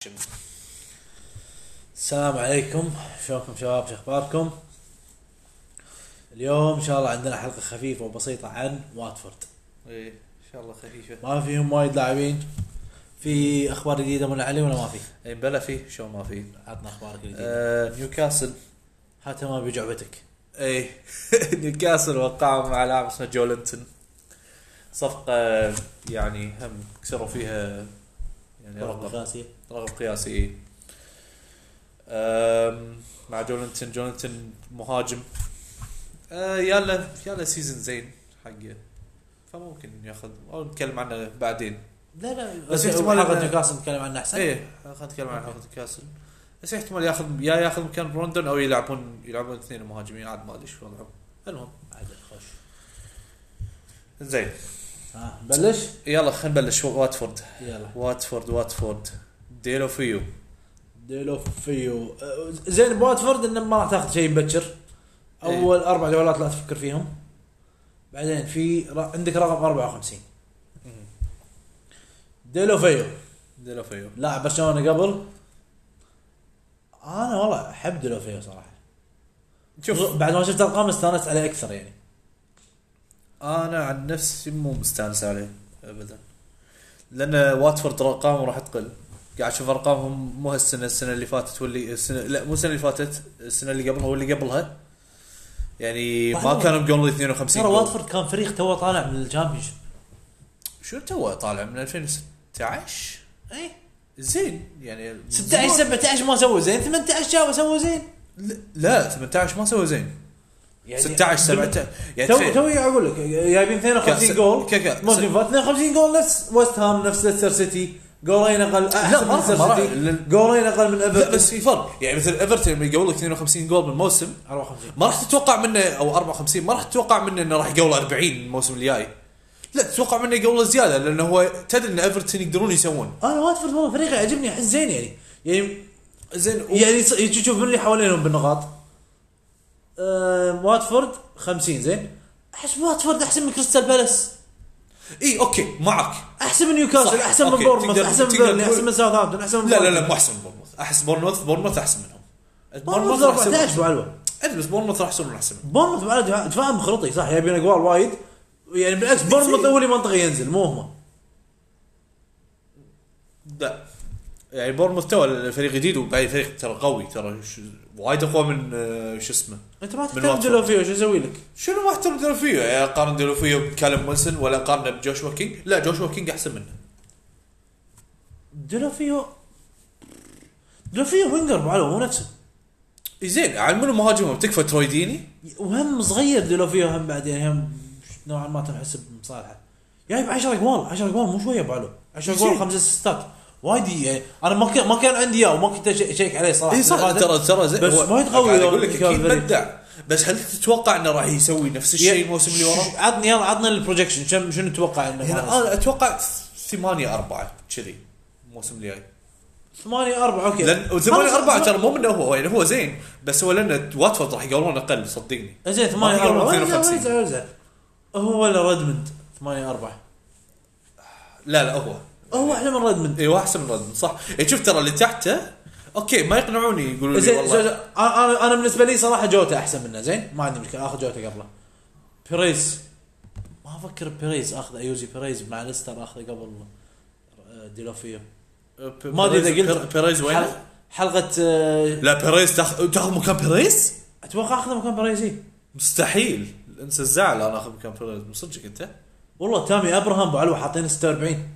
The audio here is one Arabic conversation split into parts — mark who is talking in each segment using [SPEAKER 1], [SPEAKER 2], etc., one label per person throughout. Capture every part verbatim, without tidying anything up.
[SPEAKER 1] السلام عليكم، شلونكم شباب؟ شو اخباركم؟ اليوم ان شاء الله عندنا حلقه خفيفه وبسيطه عن واتفورد.
[SPEAKER 2] ايه ان شاء الله خفيفه.
[SPEAKER 1] ما فيهم وايد لاعبين. في اخبار جديده من علي ولا ما في؟
[SPEAKER 2] ايه بلا فيه، شو ما فيه.
[SPEAKER 1] عطنا اخبارك الجديده.
[SPEAKER 2] آه نيوكاسل.
[SPEAKER 1] حتى ما بجعبتك.
[SPEAKER 2] ايه نيوكاسل وقعوا مع لاعب اسمه جولنتون صفقه، يعني هم كسروا فيها يعني
[SPEAKER 1] رقم قياسي.
[SPEAKER 2] رقم قياسي. ايه آم، مع جولنتون جولنتون مهاجم. آه يلا يلا سيزن زين حقه، فممكن ياخذ او نتكلم عنه بعدين.
[SPEAKER 1] لا لا
[SPEAKER 2] بس
[SPEAKER 1] بس
[SPEAKER 2] احتمال
[SPEAKER 1] حلقه
[SPEAKER 2] إن-
[SPEAKER 1] نيوكاسل نتكلم عنه احسن.
[SPEAKER 2] ايه خلينا نتكلم عن حلقه نيوكاسل. بس احتمال ياخذ يا ياخذ مكان بروندون او يلعبون يلعبون اثنين مهاجمين، عاد ما ادري شو وضعهم. المهم
[SPEAKER 1] عاد خوش.
[SPEAKER 2] زين.
[SPEAKER 1] ها بلش.
[SPEAKER 2] يلا خلينا نبلش. واتفورد
[SPEAKER 1] يلا
[SPEAKER 2] واتفورد واتفورد ديلو فيو.
[SPEAKER 1] ديلو فيو. أه، زين بواتفورد انه ما راح تاخذ شيء مبكر. اول
[SPEAKER 2] إيه.
[SPEAKER 1] اربع جولات لا تفكر فيهم. بعدين في ر... عندك رقم أربعة وخمسين. ديلو فيو
[SPEAKER 2] ديلو فيو
[SPEAKER 1] لاعب برشلونة قبل. انا والله احب ديلو فيو صراحه.
[SPEAKER 2] شوف
[SPEAKER 1] بعد ما شفت ارقام استانست عليه اكثر يعني.
[SPEAKER 2] انا عن نفسي مو مستانس عليه ابدا، لان واتفورد ارقامهم راح تقل. قاعد اشوف ارقامهم مو هالسنه، السنه اللي فاتت واللي السنه لا مو السنه اللي فاتت، السنه اللي قبلها واللي قبلها يعني ما
[SPEAKER 1] بعدين-
[SPEAKER 2] كانوا بقول اثنين وخمسين
[SPEAKER 1] ترى
[SPEAKER 2] جول.
[SPEAKER 1] واتفورد كان فريق تو طالع من الشامبيونشيب.
[SPEAKER 2] شو تو طالع من ألفين وستة عشر.
[SPEAKER 1] اي
[SPEAKER 2] زين يعني
[SPEAKER 1] ستة عشر سبعة عشر ما سووا زين، ثمانية عشر جابوا سووا زين
[SPEAKER 2] لا, لا ثمانية عشر ما سوى زين.
[SPEAKER 1] يعني.
[SPEAKER 2] ستة عشر سبعة عشر يعني
[SPEAKER 1] تو
[SPEAKER 2] تخيل.
[SPEAKER 1] تو اقول لك جايبين اثنين وخمسين
[SPEAKER 2] كأس-
[SPEAKER 1] جول.
[SPEAKER 2] ك- ك-
[SPEAKER 1] موسم فات اثنين وخمسين جول نفس ويست هام نفس ليستر سيتي. جولين اقل احسن
[SPEAKER 2] ما
[SPEAKER 1] من
[SPEAKER 2] راح-
[SPEAKER 1] ليستر
[SPEAKER 2] ما راح-
[SPEAKER 1] سيتي.
[SPEAKER 2] لأن-
[SPEAKER 1] جولين اقل من
[SPEAKER 2] لا
[SPEAKER 1] ايفرتون.
[SPEAKER 2] بس في فرق يعني، مثل ايفرتون لما يقول لك اثنين وخمسين جول بالموسم
[SPEAKER 1] أربعة وخمسين
[SPEAKER 2] ما راح تتوقع منه، او أربعة وخمسين ما راح تتوقع منه انه راح يقول أربعين الموسم الجاي. لا تتوقع منه يقول زياده، لانه هو تدري ان ايفرتون يقدرون يسوون
[SPEAKER 1] انا واتفورد والله فريق يعجبني، احس زين يعني. يعني
[SPEAKER 2] زين و...
[SPEAKER 1] يعني يص- تشوف من اللي حوالينهم بالنقاط. أه واتفورد خمسين زين. احس واتفورد احسن من كريستال بالاس،
[SPEAKER 2] اي اوكي معك.
[SPEAKER 1] احسن من نيوكاسل،
[SPEAKER 2] صح.
[SPEAKER 1] احسن من
[SPEAKER 2] أوكي.
[SPEAKER 1] بورنموث،
[SPEAKER 2] تقدر-
[SPEAKER 1] احسن من
[SPEAKER 2] تقدر
[SPEAKER 1] بيرنلي،
[SPEAKER 2] تقول-
[SPEAKER 1] احسن من ساوثهامبتون، احسن من
[SPEAKER 2] لا لا لا مو احسن من بورنموث. احس بورنموث بورنموث احسن منهم.
[SPEAKER 1] بورنموث
[SPEAKER 2] راح يصير-
[SPEAKER 1] أربعة عشر بعلوه.
[SPEAKER 2] أدري بس بورنموث راح يصيرون احسن منهم.
[SPEAKER 1] بورنموث بعد دفاع- دفاعهم خرطي صح، يبين اقوال وايد يعني. بالعكس بورنموث اولي منطقه ينزل مو هم.
[SPEAKER 2] لا يعني بورنموث تو الفريق جديد وبعد فريق ترى قوي، ترى ش- وايد اقوى من آه، شو اسمه.
[SPEAKER 1] انت ما
[SPEAKER 2] من
[SPEAKER 1] تحترم
[SPEAKER 2] واتفورد.
[SPEAKER 1] ديلو فيو شو اسوي لك؟
[SPEAKER 2] شنو ما احترم ديلوفيو؟ يعني اقارن ديلوفيو بكالم ويلسون ولا اقارنه بجوشوا كينج؟ لا جوشوا كينج احسن منه.
[SPEAKER 1] ديلو فيو ديلو فيو وينجر بعلوه مو نفسه.
[SPEAKER 2] إي زين على منو مهاجمهم؟ تكفى تروي ديني.
[SPEAKER 1] وهم صغير ديلو فيو هم بعدين هم نوعا ما تنحسب مصالحه. جايب عشرة جوال عشرة جوال مو شويه بعلو. عشرة جوال
[SPEAKER 2] زين.
[SPEAKER 1] خمسة اسيستات وايد يعني. انا ما كان ما كان عندي اياه وما كنت اشيك عليه صراحه.
[SPEAKER 2] اي صح ترى ترى زين
[SPEAKER 1] بس
[SPEAKER 2] هو-
[SPEAKER 1] وايد قوي
[SPEAKER 2] قاعد
[SPEAKER 1] لو
[SPEAKER 2] اقول لك
[SPEAKER 1] كان
[SPEAKER 2] اكيد
[SPEAKER 1] فريق.
[SPEAKER 2] بدع، بس هل تتوقع انه راح يسوي نفس الشيء الموسم اللي وراه؟
[SPEAKER 1] عطني يلا عطنا البروجكشن كم شنو تتوقع انه
[SPEAKER 2] يعني
[SPEAKER 1] معاه؟
[SPEAKER 2] انا اتوقع ثمانية أربعة كذي الموسم الجاي.
[SPEAKER 1] ثمانية أربعة اوكي.
[SPEAKER 2] لان ثمانية أربعة ترى مو منه هو يعني، هو زين بس هو لان واتفورد راح يقولون اقل صدقني.
[SPEAKER 1] زين
[SPEAKER 2] ما
[SPEAKER 1] ثمانية
[SPEAKER 2] يقولون
[SPEAKER 1] أربعة
[SPEAKER 2] اثنين وخمسين.
[SPEAKER 1] ولا ولا هو ولا ريدموند ثمانية أربعة.
[SPEAKER 2] لا لا هو
[SPEAKER 1] هو احلى من ريدموند.
[SPEAKER 2] ايوه احسن من ريدموند صح. يعني شوف ترى اللي تحته اوكي ما يقنعوني يقولوا لي
[SPEAKER 1] زين
[SPEAKER 2] والله.
[SPEAKER 1] زين، انا انا بالنسبه لي صراحه جوتا احسن منه. زين ما عندي مشكله اخذ جوتا قبله. بيريز ما افكر بيريز اخذ ايوزي بيريز مع ليستر اخذه قبل ديلوفيو. ما ادري اذا قلت
[SPEAKER 2] بيريز وين؟
[SPEAKER 1] حل- حلقه آه،
[SPEAKER 2] لا بيريز تاخذ تاخذ مكان بيريز؟
[SPEAKER 1] اتوقع اخذه مكان بيريزي.
[SPEAKER 2] مستحيل، انسى الزعل انا اخذ مكان بيريز مصدقك انت.
[SPEAKER 1] والله تامي ابراهام بعلو حاطين ستة وأربعين.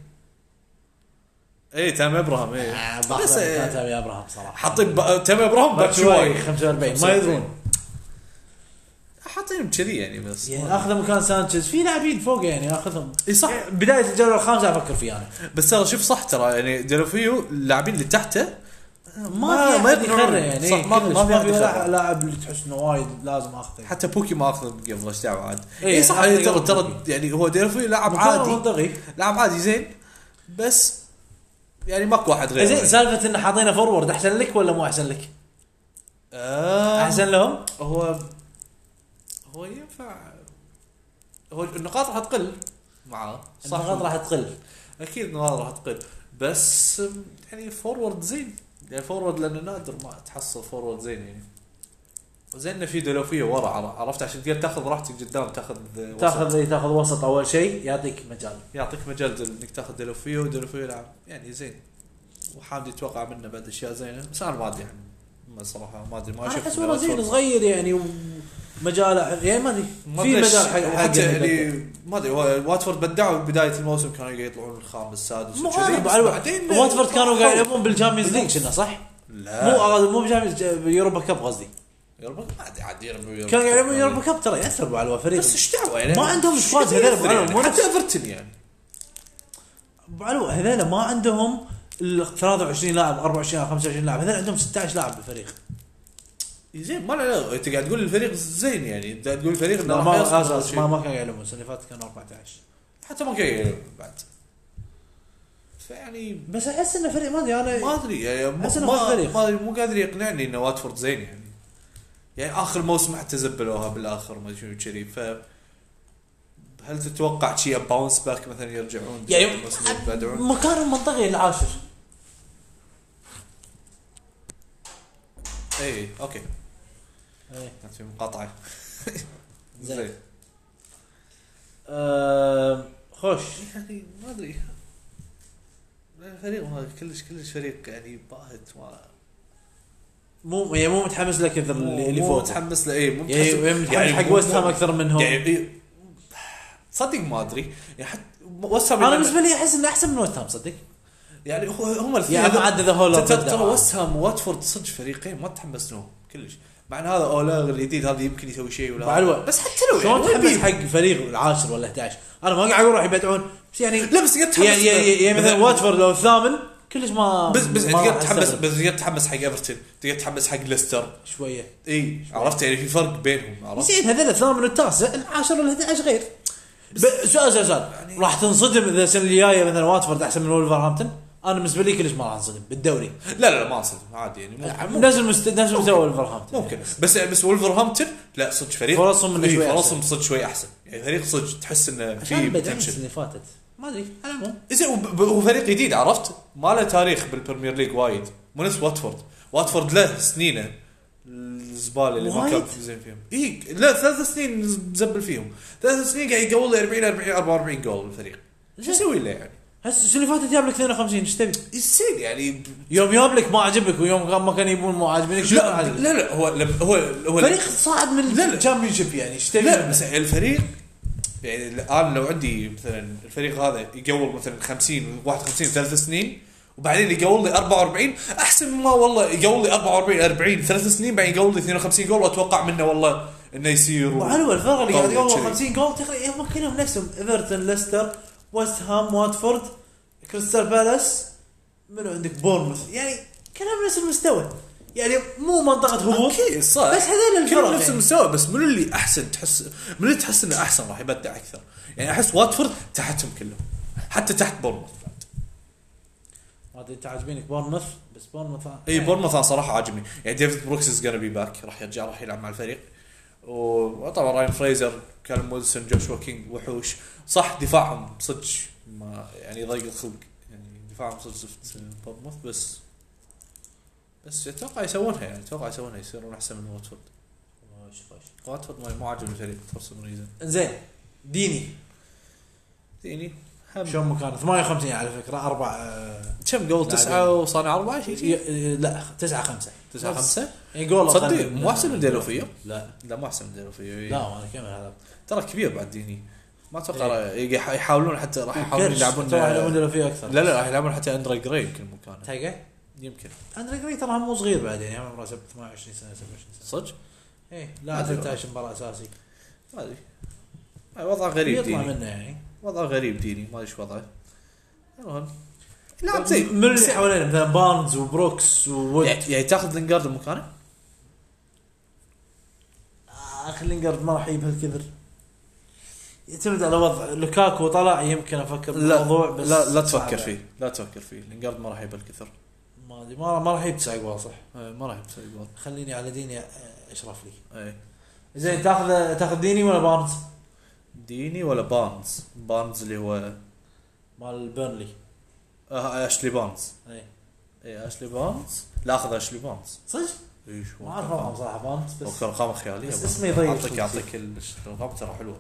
[SPEAKER 2] اي تام ابراهام اي
[SPEAKER 1] آه،
[SPEAKER 2] بس
[SPEAKER 1] باخذ
[SPEAKER 2] إيه.
[SPEAKER 1] مكان تامي ابراهام صراحه.
[SPEAKER 2] حاطين ب... تام ابراهام باك
[SPEAKER 1] باكشواي
[SPEAKER 2] شوي
[SPEAKER 1] خمسة وأربعين ما يدرون
[SPEAKER 2] حاطينهم كذي يعني بس
[SPEAKER 1] يعني. اخذه مكان سانشيز في لاعبين فوق يعني اخذهم.
[SPEAKER 2] اي صح.
[SPEAKER 1] بدايه الجوله الخامسه افكر فيه انا.
[SPEAKER 2] بس ترى شوف صح ترى يعني ديلوفيو اللاعبين اللي تحته
[SPEAKER 1] ما
[SPEAKER 2] ما
[SPEAKER 1] ما
[SPEAKER 2] يقدرون.
[SPEAKER 1] يقدر يعني.
[SPEAKER 2] صح، ما-
[SPEAKER 1] كلش.
[SPEAKER 2] ما في
[SPEAKER 1] ما
[SPEAKER 2] أحد
[SPEAKER 1] في ولا
[SPEAKER 2] يخرع.
[SPEAKER 1] لاعب اللي تحس انه وايد لازم اخذه.
[SPEAKER 2] حتى بوكي ما اخذ قبل ايش دعوه عاد.
[SPEAKER 1] إيه،
[SPEAKER 2] اي صح
[SPEAKER 1] أخذ
[SPEAKER 2] يعني ترى
[SPEAKER 1] قبل
[SPEAKER 2] ترى
[SPEAKER 1] بوكي.
[SPEAKER 2] يعني هو ديلوفيو لاعب
[SPEAKER 1] مكان
[SPEAKER 2] عادي،
[SPEAKER 1] منطقي.
[SPEAKER 2] لاعب عادي زين بس يعني ماكو واحد غيره.
[SPEAKER 1] زين سالفه ان حاطينه فورورد احسن لك ولا مو احسن لك؟
[SPEAKER 2] آه
[SPEAKER 1] احسن لهم.
[SPEAKER 2] هو هو ينفع، هو النقاط راح تقل معاه صح.
[SPEAKER 1] النقاط راح تقل.
[SPEAKER 2] اكيد النقاط راح تقل بس يعني فورورد زين يعني فورورد لانه نادر ما تحصل فورورد زين يعني زين انه في دلوفيه ورا عرفت عشان تقدر تاخذ راحتك قدام تاخذ
[SPEAKER 1] تاخذ اي تاخذ وسط اول شيء يعطيك مجال
[SPEAKER 2] يعطيك مجال انك تاخذ دلوفيه ودلوفيه يلعب يعني زين وحامد يتوقع منه بعد اشياء زينه بس انا ما ادري يعني ما صراحه ما ادري ما
[SPEAKER 1] انا
[SPEAKER 2] اشوف
[SPEAKER 1] احس والله زين صغير يعني ومجاله يعني ما ادري في مجال حق
[SPEAKER 2] حتى يعني ما ادري واتفورد بدعوا بدايه الموسم كانوا يطلعون الخامس السادس
[SPEAKER 1] وكذي بعدين واتفورد كانوا قاعد يلعبون بالجامبيونز ليج كنا صح؟
[SPEAKER 2] لا
[SPEAKER 1] مو مو بجامبيونز يوروبا كاب قصدي
[SPEAKER 2] يوروبا ما ادري عاد يلعبون
[SPEAKER 1] كانوا يلعبون يوروبا كاب ترى ياثر على الفريق
[SPEAKER 2] بس ايش دعوه يعني
[SPEAKER 1] ما عندهم سكواد هذول
[SPEAKER 2] مو حتى ايفرتون يعني
[SPEAKER 1] بعلو هذول ما عندهم ال ثلاثة وعشرين لاعب أربعة وعشرين خمسة وعشرين لاعب هذول عندهم ستة عشر لاعب بالفريق
[SPEAKER 2] زين ما لا انت قاعد تقول الفريق زين يعني انت تقول الفريق
[SPEAKER 1] ما ما, ما ما كان يلعبون السنه اللي فاتت كانوا أربعة عشر
[SPEAKER 2] حتى ما كان يلعبون بعد فيعني
[SPEAKER 1] بس احس انه فريق ما ادري انا
[SPEAKER 2] ما ادري يعني ما
[SPEAKER 1] ما
[SPEAKER 2] ما مو قادر يقنعني انه واتفورد زين يعني يعني اخر موسم حتى زبلوها بالاخر ما ادري شنو كذي ف هل تتوقع شيء باونس باك مثلا يرجعون
[SPEAKER 1] يعني مكانهم منطقي العاشر
[SPEAKER 2] اي اوكي
[SPEAKER 1] اي
[SPEAKER 2] كانت في مقاطعه
[SPEAKER 1] زين أه خوش
[SPEAKER 2] يعني ما ادري الفريق ما كلش كلش فريق يعني باهت ما
[SPEAKER 1] مو يعني مو متحمس له كثر اللي فوق
[SPEAKER 2] مو متحمس له اي مو
[SPEAKER 1] متحمس يعني, يعني حق وست هام اكثر منهم
[SPEAKER 2] يعني صدق ما ادري يعني حتى وست هام
[SPEAKER 1] انا بالنسبه لي احس انه احسن من وست هام صدق
[SPEAKER 2] يعني هم
[SPEAKER 1] الاثنين يعني ما عدا ذا هول
[SPEAKER 2] ترى وست هام وواتفورد صدق فريقين ما تحمس لهم كلش مع ان هذا اولاغ الجديد هذا يمكن يسوي شيء ولا
[SPEAKER 1] بس حتى لو شلون تحمس حق فريق العاشر ولا أحد عشر انا ما قاعد اقول راح يبدعون بس يعني
[SPEAKER 2] لا بس قد
[SPEAKER 1] يعني, يعني, يعني مثلا واتفورد لو الثامن كلش ما
[SPEAKER 2] بس بس تقدر تحمس بس تقدر تحمس حق ايفرتون تقدر تحمس حق ليستر
[SPEAKER 1] شويه
[SPEAKER 2] اي عرفت يعني في فرق بينهم عرفت
[SPEAKER 1] زين هذول الثامن والتاسع العاشر وال11 غير سؤال سؤال يعني راح تنصدم اذا السنه الجايه مثلا واتفورد احسن من ولفرهامبتون انا بالنسبه لي كلش ما راح انصدم بالدوري
[SPEAKER 2] لا لا ما انصدم عادي يعني
[SPEAKER 1] نزل مست... نزل مستوى ولفرهامبتون
[SPEAKER 2] ممكن بس بس ولفرهامبتون لا صدق فريق
[SPEAKER 1] فرصهم من شوي
[SPEAKER 2] فرصهم صدق شوي احسن يعني فريق صدق تحس انه في
[SPEAKER 1] بوتنشل اللي فاتت ما ادري على العموم
[SPEAKER 2] زين هو فريق جديد عرفت ما له تاريخ بالبريمير ليج وايد مو نفس واتفورد واتفورد له سنينه الزباله اللي ما كان زين فيهم اي لا ثلاث سنين زبل فيهم ثلاث سنين قاعد يقول لي أربعين أربعين أربعة وأربعين جول الفريق شو يسوي له يعني
[SPEAKER 1] هسه السنه اللي فاتت جاب لك اثنين وخمسين ايش تبي
[SPEAKER 2] يصير يعني
[SPEAKER 1] يوم جاب لك ما عجبك ويوم ما كان يبون مو عاجبينك
[SPEAKER 2] لا لا لا هو هو هو
[SPEAKER 1] فريق صاعد من الشامبيونشيب يعني ايش تبي
[SPEAKER 2] لا بس الفريق يعني الان لو عندي مثلا الفريق هذا يقول مثلا خمسين واحد وخمسين ثلاث سنين وبعدين يقول لي أربعة وأربعين احسن ما والله يقول لي أربعة وأربعين أربعين ثلاث سنين بعدين يقول لي اثنين وخمسين جول واتوقع منه والله انه يصير
[SPEAKER 1] وحلو الفرق اللي قاعد يقول خمسين جول تقريبا هم كلهم نفسهم ايفرتون ليستر ويست هام واتفورد كريستال بالاس منو عندك بورنموث يعني كلام نفس المستوى يعني مو منطقه هبوط
[SPEAKER 2] اوكي صح
[SPEAKER 1] بس هذول الفرق
[SPEAKER 2] نفس يعني. المستوى بس منو اللي احسن تحس منو اللي تحس انه احسن راح يبدع اكثر يعني احس واتفورد تحتهم كلهم حتى تحت بورنموث
[SPEAKER 1] ما ادري انت عاجبينك بورنموث بس بورنموث
[SPEAKER 2] اي بورنموث انا صراحه عاجبني يعني ديفيد بروكس از بي باك راح يرجع راح يلعب مع الفريق وطبعا راين فريزر كالم ويلسون جوشوا كينج وحوش صح دفاعهم صدق ما يعني ضيق الخلق يعني دفاعهم صدق زفت بورنموث بس بس اتوقع يسوونها يعني اتوقع يسوونها يصيرون احسن من واتفورد
[SPEAKER 1] واش واش
[SPEAKER 2] واتفورد مو عاجبني الفريق فرصه مريزه
[SPEAKER 1] زين ديني
[SPEAKER 2] ديني
[SPEAKER 1] شو مكان ثمانية وخمسين على فكره اربع أه
[SPEAKER 2] كم قول تسعة وصانع أربعة شيء
[SPEAKER 1] لا تسعة خمسة
[SPEAKER 2] تسعة خمسة
[SPEAKER 1] يقول
[SPEAKER 2] صدق مو احسن من ديلوفيو
[SPEAKER 1] لا
[SPEAKER 2] لا مو احسن من ديلوفيو
[SPEAKER 1] لا انا كمل هذا
[SPEAKER 2] ترى كبير بعد ديني ما اتوقع يحاولون حتى راح يحاولون يلعبون
[SPEAKER 1] يلعبون ديلوفيو اكثر
[SPEAKER 2] لا لا راح يلعبون حتى اندري جراي يمكن مكانه
[SPEAKER 1] تلقى
[SPEAKER 2] يمكن
[SPEAKER 1] اندري جراي ترى مو صغير بعد يعني عمره ثمانية وعشرين سنه سبعة وعشرين سنه
[SPEAKER 2] صدق
[SPEAKER 1] ايه لا ثلاثة عشر مباراه اساسي
[SPEAKER 2] ما ادري وضع غريب
[SPEAKER 1] ديني
[SPEAKER 2] يطلع
[SPEAKER 1] منه يعني
[SPEAKER 2] وضع غريب ديني ما ادري ايش وضعه المهم لا زي
[SPEAKER 1] من اللي حوالينا مثلا بارنز وبروكس وود
[SPEAKER 2] يعني تاخذ لينغارد مكانه
[SPEAKER 1] اخ لينغارد ما راح يجيب هالكثر يعتمد على وضع لوكاكو طلع يمكن افكر بالموضوع بس
[SPEAKER 2] لا لا تفكر فيه لا تفكر فيه لينغارد ما راح يجيب الكثر
[SPEAKER 1] ما ادري ما ما راح يجيب تسع جوال صح
[SPEAKER 2] ما راح يجيب تسع جوال
[SPEAKER 1] خليني على ديني اشرف لي
[SPEAKER 2] اي
[SPEAKER 1] زين تاخذ تاخذ ديني ولا بارنز
[SPEAKER 2] ديني ولا بارنز بارنز اللي هو
[SPEAKER 1] مال بيرنلي
[SPEAKER 2] آه اشلي بارنز.
[SPEAKER 1] اي
[SPEAKER 2] اي اشلي بارنز، لا اخذ اشلي بارنز.
[SPEAKER 1] صدق
[SPEAKER 2] اي شو
[SPEAKER 1] ما اعرف رقم صراحه بارنز
[SPEAKER 2] بس
[SPEAKER 1] بس
[SPEAKER 2] ارقام خياليه.
[SPEAKER 1] بس اسمه يضيق
[SPEAKER 2] اعطيك
[SPEAKER 1] شوي.
[SPEAKER 2] اعطيك الارقام ترى حلوه.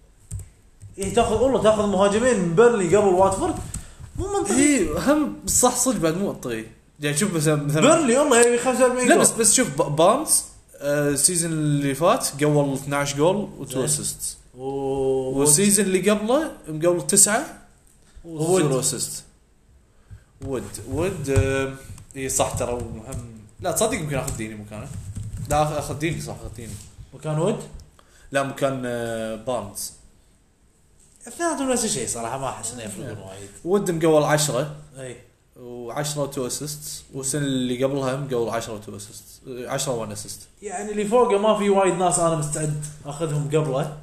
[SPEAKER 1] إيه تاخذ والله تاخذ مهاجمين من بيرلي قبل واتفورد مو منطقي.
[SPEAKER 2] اي هم صح صدق بعد مو منطقي. يعني شوف مثلا مثلا
[SPEAKER 1] بيرلي والله يبي خمسة وأربعين
[SPEAKER 2] لا
[SPEAKER 1] جول.
[SPEAKER 2] بس بس شوف ب- بارنز آه، السيزون اللي فات قول اثناشر جول و2
[SPEAKER 1] زين.
[SPEAKER 2] اسيست،
[SPEAKER 1] و...
[SPEAKER 2] والسيزون اللي قبله مقول تسعة
[SPEAKER 1] وود.
[SPEAKER 2] وزيرو اسيست. ود ود آه، اي صح ترى مهم. لا تصدق يمكن اخذ ديني مكانه. لا أخ- اخذ ديني صح اخذ ديني.
[SPEAKER 1] وكان وود
[SPEAKER 2] لا مكان آه، بارنز.
[SPEAKER 1] اثنيناتهم نفس الشيء صراحه ما احس انه يفرقون وايد.
[SPEAKER 2] ود مقول عشرة
[SPEAKER 1] اي
[SPEAKER 2] و10 و2 اسيست، والسنه اللي قبلها مقول عشرة و2 اسيست، عشرة و1 اسيست.
[SPEAKER 1] يعني اللي فوقه ما في وايد ناس انا مستعد اخذهم قبله،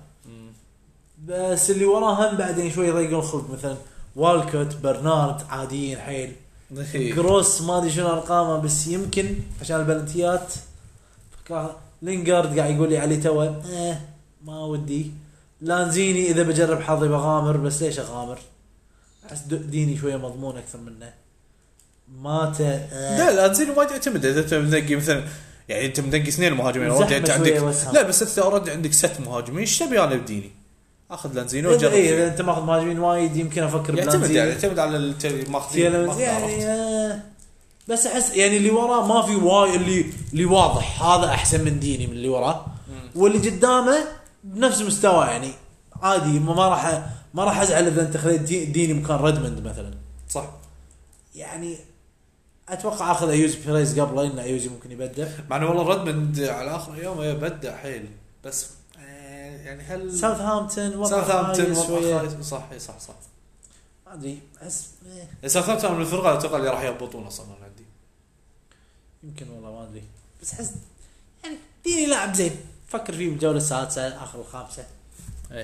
[SPEAKER 1] بس اللي وراهم بعدين شوي يضيقون الخلق مثلا والكوت برنارد عاديين حيل. جروس ما ادري شنو ارقامه بس يمكن عشان البلنتيات. فكا- لينغارد قاعد يقول لي عليه تو اه ما ودي. لانزيني اذا بجرب حظي بغامر بس ليش اغامر؟ احس د- ديني شويه مضمون اكثر منه. مات آه.
[SPEAKER 2] لا لا تزين وايد يعتمد اذا انت منقي مثلا، يعني انت منقي اثنين مهاجمين
[SPEAKER 1] زحمة
[SPEAKER 2] اوريدي انت
[SPEAKER 1] شوية
[SPEAKER 2] عندك.
[SPEAKER 1] وسام.
[SPEAKER 2] لا بس انت اوريدي عندك ست مهاجمين، ايش تبي انا بديني؟ اخذ لانزينو
[SPEAKER 1] اذا
[SPEAKER 2] وجرب
[SPEAKER 1] إيه
[SPEAKER 2] فيه.
[SPEAKER 1] اذا انت ماخذ مهاجمين وايد يمكن افكر
[SPEAKER 2] يعتمد
[SPEAKER 1] بلانزيني.
[SPEAKER 2] يعني يعتمد على اللي ماخذين
[SPEAKER 1] تيلمنز يعني آه. بس احس يعني اللي وراه ما في وايد اللي اللي واضح هذا احسن من ديني من اللي وراه، واللي قدامه بنفس مستوى يعني عادي. ما ما راح ما راح ازعل اذا انت خليت دي- ديني مكان ريدموند مثلا.
[SPEAKER 2] صح.
[SPEAKER 1] يعني اتوقع اخذ ايوزي بيريز قبله لان ايوزي ممكن يبدع.
[SPEAKER 2] مع انه والله ريدموند على اخر ايامه يبدع حيل، بس آه، يعني هل
[SPEAKER 1] ساوثهامبتون وضع
[SPEAKER 2] ساوثهامبتون
[SPEAKER 1] خايس
[SPEAKER 2] وضع
[SPEAKER 1] شوية.
[SPEAKER 2] خايس. صح إي صح صح.
[SPEAKER 1] ما ادري احس إيه.
[SPEAKER 2] ساوثهامبتون من الفرق اتوقع اللي راح يهبطون اصلا انا عندي.
[SPEAKER 1] يمكن والله ما ادري بس احس يعني ديني لاعب زين. فكر فيه بالجوله السادسه اخر الخامسه.
[SPEAKER 2] اي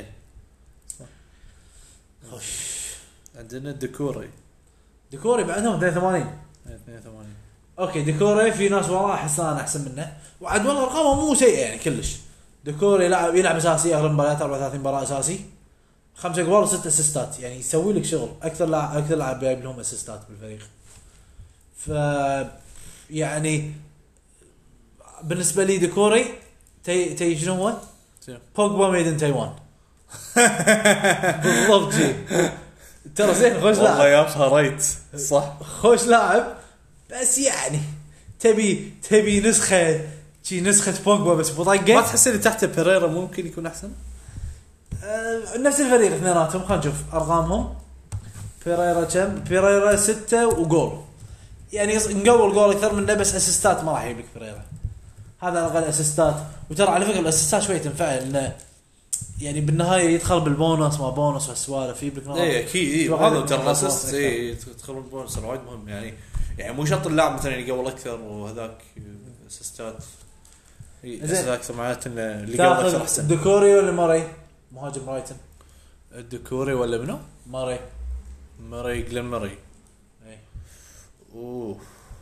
[SPEAKER 1] خوش.
[SPEAKER 2] عندنا الديكوري
[SPEAKER 1] ديكوري بعدهم اثنين وثمانين.
[SPEAKER 2] اثنين وثمانين.
[SPEAKER 1] اوكي ديكوري في ناس وراه احس انا احسن منه وعاد والله ارقامه مو سيئه يعني كلش. ديكوري يلعب يلعب اساسي اغلب المباريات أربعة وثلاثين مباراه اساسي، خمسة جوال وست اسيستات، يعني يسوي لك شغل اكثر لاعب اكثر لاعب جايب لهم اسيستات بالفريق. ف يعني بالنسبه لي ديكوري تي تي شنو هو؟ بوجبا ميدن تايوان. بالضبط جي. ترى زين خوش لاعب
[SPEAKER 2] والله يا فهريت صح.
[SPEAKER 1] خوش لاعب بس يعني تبي تبي نسخه شي نسخه بوجبا بس
[SPEAKER 2] ما
[SPEAKER 1] بطقه.
[SPEAKER 2] تحس اللي تحت بيريرا ممكن يكون احسن؟
[SPEAKER 1] أه نفس الفريق اثنيناتهم. خلينا نشوف ارقامهم. بيريرا كم؟ بيريرا ستة وجول، يعني نقول جول اكثر منه بس اسيستات ما راح يجيب لك بيريرا. هذا اقل اسيستات. وترى على فكره الاسيستات شوي تنفع لانه يعني بالنهايه يدخل بالبونص ما بونص والسوالف يجيب لك نقاط.
[SPEAKER 2] اي اكيد اي
[SPEAKER 1] وغالباً
[SPEAKER 2] هذا ترى
[SPEAKER 1] بونص
[SPEAKER 2] اساس
[SPEAKER 1] أكثر.
[SPEAKER 2] اي تدخلون بونص وايد مهم يعني. يعني مو شرط اللاعب مثلا يقول اكثر وهذاك اسيستات اي
[SPEAKER 1] زين.
[SPEAKER 2] اسيستات اكثر معناته انه اللي قبل اكثر
[SPEAKER 1] تاخذ
[SPEAKER 2] احسن.
[SPEAKER 1] ديكوري ولا ماري؟ مهاجم برايتون.
[SPEAKER 2] الديكوري ولا منو؟
[SPEAKER 1] ماري.
[SPEAKER 2] ماري جلين ماري.
[SPEAKER 1] اي
[SPEAKER 2] اوه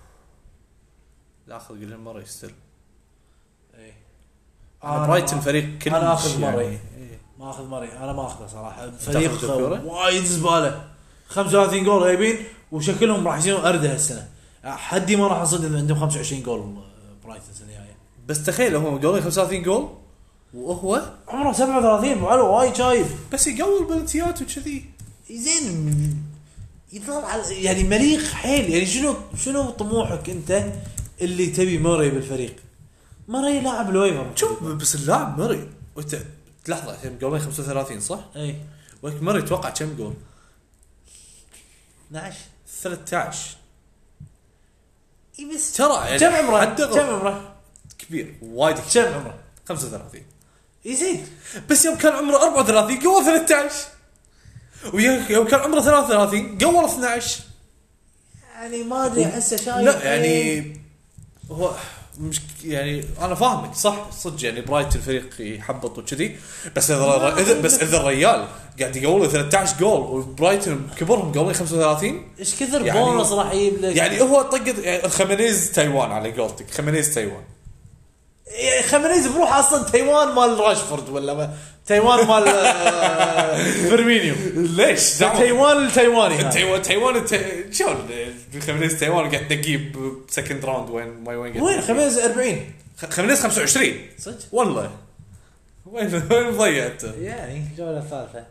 [SPEAKER 2] لا اخذ جلين ماري ستيل.
[SPEAKER 1] اي
[SPEAKER 2] انا برايتون فريق كل
[SPEAKER 1] أنا آخذ
[SPEAKER 2] شيء
[SPEAKER 1] ماري.
[SPEAKER 2] يعني.
[SPEAKER 1] ما اخذ ماري انا ما اخذه صراحه.
[SPEAKER 2] تاخذ
[SPEAKER 1] فريق
[SPEAKER 2] ديكوري؟
[SPEAKER 1] وايد زباله. خمسة وثلاثين جول جايبين وشكلهم راح يصيرون ارده هالسنه. حدي ما راح نصدق عندهم خمسة وعشرين جول برايتون السنه الجايه.
[SPEAKER 2] بس تخيل هم جولين خمسة وثلاثين جول وهو
[SPEAKER 1] عمره سبعة وثلاثين ابو علو وايد شايف
[SPEAKER 2] بس يقول بلنتيات وكذي.
[SPEAKER 1] زين يطلع على يعني مليق حيل. يعني شنو شنو طموحك انت اللي تبي ماري بالفريق؟ ماري لاعب الويفر
[SPEAKER 2] شوف بس اللاعب ماري وانت لحظه جولين خمسة وثلاثين صح؟
[SPEAKER 1] اي
[SPEAKER 2] وك ماري يتوقع كم جول؟
[SPEAKER 1] اثناشر
[SPEAKER 2] ثلاثة عشر.
[SPEAKER 1] اي بس
[SPEAKER 2] ترى يعني
[SPEAKER 1] كم عمره؟
[SPEAKER 2] حد
[SPEAKER 1] كم عمره؟
[SPEAKER 2] كبير وايد
[SPEAKER 1] كم عمره؟
[SPEAKER 2] خمسة وثلاثين.
[SPEAKER 1] يزيد
[SPEAKER 2] بس يوم كان عمره أربعة وثلاثين قوى ثلاثة عشر، ويوم كان عمره ثلاثة وثلاثين قوى اثنا عشر.
[SPEAKER 1] يعني ما ادري احسه شايف.
[SPEAKER 2] لا يعني هو مش يعني انا فاهمك صح صدق يعني برايت الفريق يحبط وكذي، بس اذا اذا بس اذا الريال قاعد يقول ثلاثة عشر جول وبرايتون كبرهم قولين خمسة وثلاثين
[SPEAKER 1] ايش كثر
[SPEAKER 2] يعني
[SPEAKER 1] بونص راح يجيب لك؟
[SPEAKER 2] يعني هو طقت يعني خمينيز تايوان على قولتك خمينيز تايوان
[SPEAKER 1] يعني خيمينيز بروح اصلا تايوان مال راشفورد ولا ما تايوان مال آه، فيرمينيو.
[SPEAKER 2] ليش
[SPEAKER 1] تايوان التايواني هذا.
[SPEAKER 2] تايوان تايوان الت- شلون خمينيز تايوان قاعد تجيب سكند راوند وين ما وين قاعد
[SPEAKER 1] وين خيمينيز أربعين
[SPEAKER 2] خمينيز خمسة وعشرين
[SPEAKER 1] صدق
[SPEAKER 2] والله. وين وين مضيع انت؟
[SPEAKER 1] يعني جولة ثالثة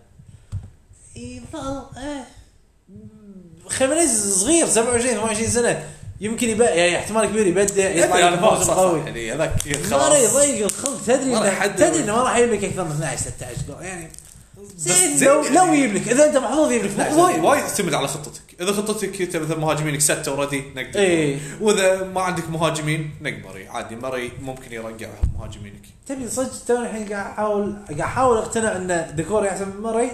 [SPEAKER 1] يظل اه خيمينيز صغير سبعة وعشرين ثمانية وعشرين سنة يمكن يبقى يعني احتمال كبير يبدع يطلع
[SPEAKER 2] يعني
[SPEAKER 1] موسم قوي
[SPEAKER 2] يعني هذاك
[SPEAKER 1] ما راح يضيق الخلق تدري
[SPEAKER 2] ما راح
[SPEAKER 1] إنه-
[SPEAKER 2] يحدد.
[SPEAKER 1] تدري انه ما راح يجيب لك اكثر من اثنا عشر ستة عشر جول يعني زين
[SPEAKER 2] زين
[SPEAKER 1] لو
[SPEAKER 2] يعني.
[SPEAKER 1] لو يجيب لك اذا انت محظوظ يجيب لك اثنا عشر
[SPEAKER 2] وايد وايد تعتمد على خطتك. اذا خطتك انت مثلا مهاجمينك ستة اوريدي نقدر
[SPEAKER 1] إيه.
[SPEAKER 2] واذا ما عندك مهاجمين نقبري عادي مري ممكن يرجع مهاجمينك.
[SPEAKER 1] تبي صدق توني الحين قاعد احاول قاعد احاول اقتنع ان ديكوري احسن من مري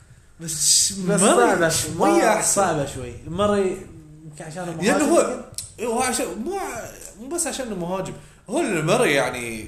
[SPEAKER 2] بس
[SPEAKER 1] بس صعبه شوي
[SPEAKER 2] احسن
[SPEAKER 1] صعبه شوي مري يمكن عشان
[SPEAKER 2] يعني هو هو عشان مو مو بس عشان مهاجم هو المري يعني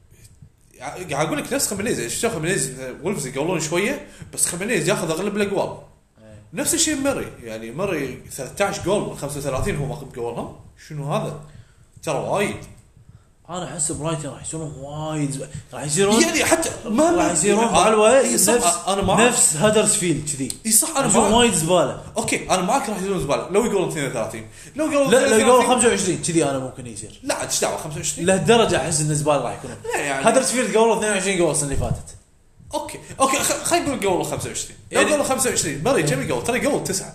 [SPEAKER 2] قاعد اقول لك نفس خمينيز شو خمينيز وولفز يقولون شويه بس خمينيز ياخذ اغلب الاجوال نفس الشيء مري يعني مري ثلاثة عشر جول من خمسة وثلاثين هو ماخذ جولهم شنو هذا ترى وايد.
[SPEAKER 1] انا احس برايتون راح يصيرون وايد راح يصيرون
[SPEAKER 2] يعني حتى ما
[SPEAKER 1] راح يصيرون مع الوقت نفس
[SPEAKER 2] انا معك
[SPEAKER 1] نفس هدرسفيلد كذي
[SPEAKER 2] اي صح انا
[SPEAKER 1] يصيرون
[SPEAKER 2] معك
[SPEAKER 1] وايد زباله.
[SPEAKER 2] اوكي انا معك راح يصيرون زباله لو يقولون اثنين وثلاثين لو يقولون
[SPEAKER 1] لا لو يقولون خمسة وعشرين كذي انا ممكن يصير
[SPEAKER 2] لا ايش دعوه خمسة وعشرين
[SPEAKER 1] لهالدرجه احس ان الزباله راح يكونون
[SPEAKER 2] يعني
[SPEAKER 1] هدرسفيلد قولوا اثنين وعشرين جول السنه اللي فاتت
[SPEAKER 2] اوكي اوكي خلينا نقول قولوا خمسة وعشرين لو
[SPEAKER 1] يعني-
[SPEAKER 2] قولوا خمسة وعشرين مري كم يقول ترى قول تسعة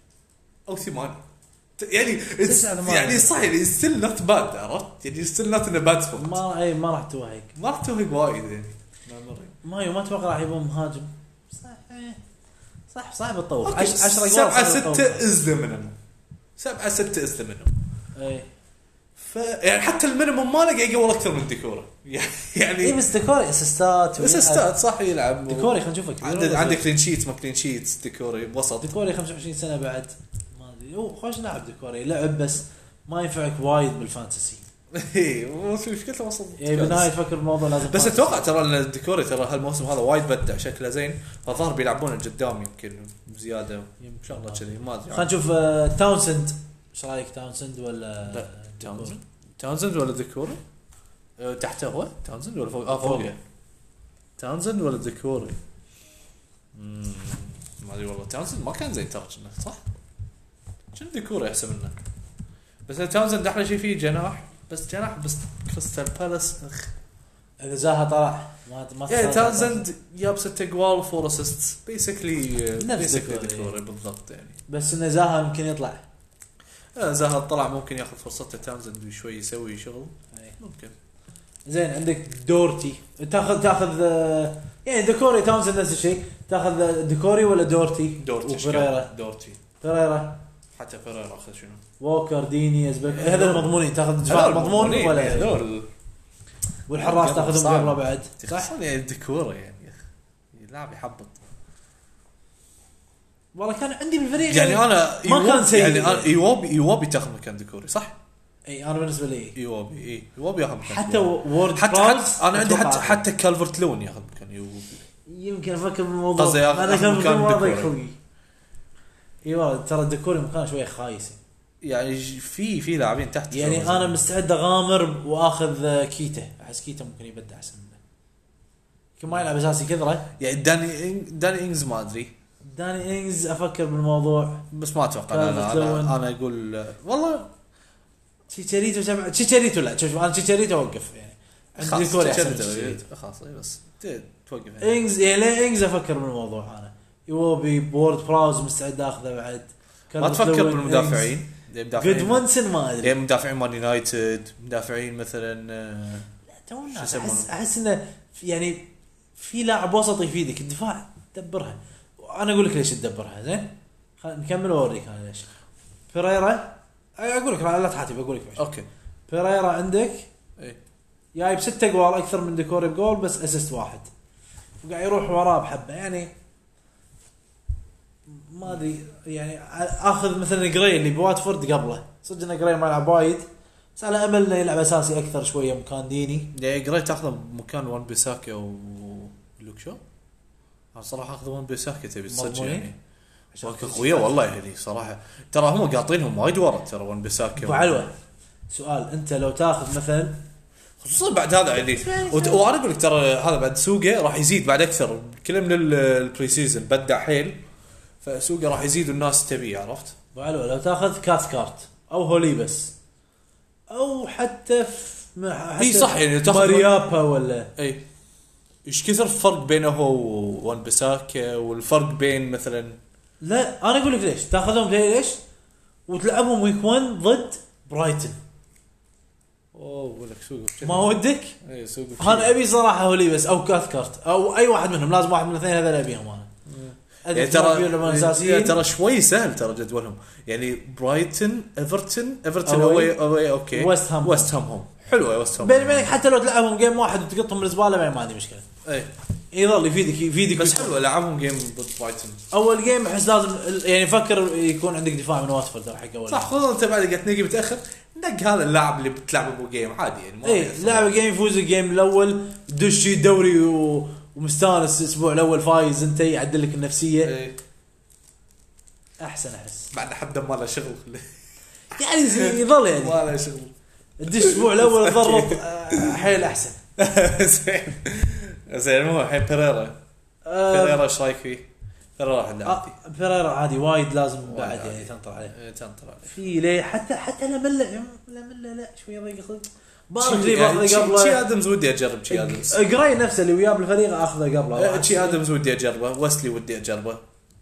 [SPEAKER 2] او ثمانية يعني
[SPEAKER 1] تسعة ثمانية.
[SPEAKER 2] يعني صح يعني ستيل نوت باد عرفت يعني ستيل نوت ان باد سبوت
[SPEAKER 1] ما اي ما راح توهق
[SPEAKER 2] ما راح توهق وايد يعني ما مري
[SPEAKER 1] مايو ما اتوقع راح يبون مهاجم صح إيه. صح صعب تطوف
[SPEAKER 2] اوكي
[SPEAKER 1] عشرة جول
[SPEAKER 2] سبعة
[SPEAKER 1] صعب تطوف.
[SPEAKER 2] ستة ازله منهم سبعة ستة ازله منهم
[SPEAKER 1] اي
[SPEAKER 2] ف يعني حتى المينيموم ماله قاعد يقول اكثر من ديكوره
[SPEAKER 1] اي
[SPEAKER 2] يعني
[SPEAKER 1] بس ديكوري اسيستات
[SPEAKER 2] اسيستات صح يلعب
[SPEAKER 1] ديكوري خلينا نشوفه كبير
[SPEAKER 2] عندك
[SPEAKER 1] ولا
[SPEAKER 2] عندك
[SPEAKER 1] صغير؟
[SPEAKER 2] كلين شيت ما كلين شيت ديكوري بوسط
[SPEAKER 1] ديكوري خمسة وعشرين سنه بعد ما ادري هو خوش لاعب ديكوري لعب بس ما ينفعك وايد بالفانتسي
[SPEAKER 2] اي وش مشكلته وصل
[SPEAKER 1] يعني بالنهايه تفكر بالموضوع لازم
[SPEAKER 2] بس
[SPEAKER 1] فانتسي.
[SPEAKER 2] اتوقع ترى ان الديكوري ترى هالموسم هذا وايد بدع شكله زين فالظاهر بيلعبونه قدام يمكن بزياده ان شاء الله كذي ما ادري
[SPEAKER 1] خلينا نشوف آه، تاونسند ايش رايك تاونسند ولا
[SPEAKER 2] لا، تاونسند تاونسند ولا ديكوري أه، تحته هو تاونسند ولا فوق اه فوقه تاونسند ولا ديكوري امم ما ادري والله تاونسند ما كان زين ترى كنا صح كان ديكوري احسن منه بس تاونسند احلى شيء فيه جناح بس جناح بس كريستال بالاس اخ
[SPEAKER 1] اذا زاها طلع ما ما
[SPEAKER 2] يعني
[SPEAKER 1] تصير-
[SPEAKER 2] تاونسند جاب ستة جوال فور اسيست بيسكلي
[SPEAKER 1] نفس
[SPEAKER 2] بيسكلي
[SPEAKER 1] ديكوري.
[SPEAKER 2] ديكوري بالضبط يعني
[SPEAKER 1] بس انه زاها يمكن يطلع
[SPEAKER 2] آه، زاهر طلع ممكن ياخذ فرصته تاونسند شوي يسوي شغل
[SPEAKER 1] أي.
[SPEAKER 2] ممكن
[SPEAKER 1] زين عندك دورتي تاخذ تاخذ آه، يعني ديكوري تاونسند نفس الشيء تاخذ آه، ديكوري ولا دورتي
[SPEAKER 2] دورتي
[SPEAKER 1] وفيريرا
[SPEAKER 2] دورتي
[SPEAKER 1] فيريرا
[SPEAKER 2] حتى فيريرا اخذ شنو
[SPEAKER 1] ووكر ديني ازبك هذول المضمونين تاخذ دفاع
[SPEAKER 2] هذول
[SPEAKER 1] مضمون
[SPEAKER 2] مضمونين،
[SPEAKER 1] ولا
[SPEAKER 2] هذول
[SPEAKER 1] والحراس
[SPEAKER 2] قبل
[SPEAKER 1] تاخذهم
[SPEAKER 2] صعب.
[SPEAKER 1] قبل بعد
[SPEAKER 2] صح يعني الديكور يعني يا اخي اللاعب يحبط
[SPEAKER 1] والله كان عندي بالفريق
[SPEAKER 2] يعني انا
[SPEAKER 1] ما
[SPEAKER 2] إيوب-
[SPEAKER 1] كان سيء.
[SPEAKER 2] يعني أنا ايوابي ايوابي تاخذ مكان ديكوري صح
[SPEAKER 1] اي انا بالنسبه لي
[SPEAKER 2] ايوابي اي ايوابي ياخذ مكان
[SPEAKER 1] حتى
[SPEAKER 2] ديكوري.
[SPEAKER 1] وورد
[SPEAKER 2] حتى
[SPEAKER 1] براوز
[SPEAKER 2] حتى انا عندي حتى
[SPEAKER 1] أتوقع.
[SPEAKER 2] حتى كالفرت لون ياخذ مكان ايوابي
[SPEAKER 1] يمكن افكر بالموضوع
[SPEAKER 2] قصدي ياخذ-
[SPEAKER 1] انا
[SPEAKER 2] ياخذ
[SPEAKER 1] كان
[SPEAKER 2] مكان
[SPEAKER 1] مكان واضح
[SPEAKER 2] ديكوري.
[SPEAKER 1] خلقي اي والله ترى الديكوري مكان شويه خايس
[SPEAKER 2] يعني ج- في في لاعبين تحت
[SPEAKER 1] يعني
[SPEAKER 2] شغل
[SPEAKER 1] انا
[SPEAKER 2] زين.
[SPEAKER 1] مستعد اغامر واخذ آه، كيتا احس كيتا ممكن يبدع احسن منه يمكن ما يلعب اساسي كثره
[SPEAKER 2] يعني داني إنج داني انجز ما ادري
[SPEAKER 1] داني انجز افكر بالموضوع
[SPEAKER 2] بس ما اتوقع
[SPEAKER 1] كالفرت
[SPEAKER 2] انا
[SPEAKER 1] لون.
[SPEAKER 2] انا, أنا اقول والله
[SPEAKER 1] تشيتشاريتو سبعة تشيتشاريتو لا شوف انا تشيتشاريتو اوقف يعني عندي ديكوري احسن من تشيتشاريتو.
[SPEAKER 2] خلاص إي بس ت- توقف يعني.
[SPEAKER 1] انجز يعني ليه انجز افكر بالموضوع انا يوبي بورد براوز مستعد اخذه بعد
[SPEAKER 2] ما
[SPEAKER 1] كالفرت
[SPEAKER 2] تفكر
[SPEAKER 1] لون،
[SPEAKER 2] بالمدافعين
[SPEAKER 1] جود مونسن ما ادري
[SPEAKER 2] يعني مدافعين مان يونايتد مدافعين مثلا آه،
[SPEAKER 1] تونا
[SPEAKER 2] شو يسمونه؟
[SPEAKER 1] احس احس انه في- يعني في لاعب وسط يفيدك الدفاع دبرها انا اقول لك ليش تدبرها زين خلينا نكمل واوريك انا ليش بيريرا اقول لك لا تحاتي بقول لك بعد.
[SPEAKER 2] اوكي
[SPEAKER 1] بيريرا عندك
[SPEAKER 2] اي
[SPEAKER 1] جايب ستة جوال اكثر من ديكوري بجول بس اسيست واحد وقاعد يروح وراه بحبه يعني ما ادري يعني اخذ مثلا جراي اللي بواتفورد قبله صدق ان جراي ما يلعب وايد بس على امل انه يلعب اساسي اكثر شويه مكان ديني
[SPEAKER 2] يعني قريت تاخذه مكان وان بيساكا ولوك شو انا صراحه اخذ وان بيساكا تبي تصدق
[SPEAKER 1] مضمونين؟
[SPEAKER 2] يعني قويه والله يعني صراحه ترى هم قاطينهم وايد ورا ترى وان بيساكا
[SPEAKER 1] ابو علوه سؤال انت لو تاخذ مثلا
[SPEAKER 2] خصوصا بعد هذا يعني. وت- وانا اقول لك ترى هذا بعد سوقه راح يزيد بعد اكثر كله من ال- البري سيزون بدع حيل، فسوقه راح يزيد والناس تبيه. عرفت؟
[SPEAKER 1] وعلو لو تاخذ كاث كارت او هولي بس او حتى في
[SPEAKER 2] اي صح يعني تاخذ
[SPEAKER 1] ماريابا ولا
[SPEAKER 2] اي ايش كثر الفرق بينه وان بساكا والفرق بين مثلا.
[SPEAKER 1] لا انا اقول لك ليش تاخذهم ليش وتلعبهم ويك واحد ضد برايتن.
[SPEAKER 2] اوه اقول لك سوق
[SPEAKER 1] ما ودك؟
[SPEAKER 2] اي سوق.
[SPEAKER 1] انا ابي صراحه هولي بس او كاث كارت او اي واحد منهم، لازم واحد من الاثنين هذول ابيهم انا.
[SPEAKER 2] يعني ترى ترى شوي سهل ترى جدولهم يعني. برايتن ايفرتون ايفرتون اوي اوي اوكي
[SPEAKER 1] ويست هام
[SPEAKER 2] ويست هام هم حلوه. ويست هام
[SPEAKER 1] بيني وبينك حتى لو تلعبهم جيم واحد وتقطهم بالزباله ما عندي مشكله.
[SPEAKER 2] اي
[SPEAKER 1] يظل يفيدك يفيدك
[SPEAKER 2] بس حلوه لعبهم جيم ضد برايتن.
[SPEAKER 1] اول جيم احس لازم يعني فكر يكون عندك دفاع من واتفورد او حق اول
[SPEAKER 2] صح. خذ انت بعد قاعد تنقي متاخر نق هذا اللاعب اللي بتلعبه بو جيم عادي يعني.
[SPEAKER 1] اي لاعب جيم يفوز الجيم الاول دش دوري و... ومستانس الاسبوع الاول فايز انت يعدل لك النفسيه.
[SPEAKER 2] اي
[SPEAKER 1] احسن احس
[SPEAKER 2] بعد حد ما له شغل
[SPEAKER 1] يعني يظل يعني
[SPEAKER 2] ما له شغل
[SPEAKER 1] الدش الاسبوع الاول تضرب حيل احسن.
[SPEAKER 2] زين زين. مو الحين بيريرا بيريرا ايش رايك فيه؟ بيريرا واحد عادي.
[SPEAKER 1] بيريرا عادي وايد لازم بعد يعني تنطر عليه
[SPEAKER 2] تنطر عليه
[SPEAKER 1] في ليه حتى حتى لا مل لا مل لا شوي ضيق خلق باركلي
[SPEAKER 2] يعني
[SPEAKER 1] قبله.
[SPEAKER 2] شي ادمز ودي اجرب شي ادمز.
[SPEAKER 1] جراي نفسه اللي وياه بالفريق اخذه قبله.
[SPEAKER 2] شي ادمز ودي اجربه. ويسلي ودي اجربه.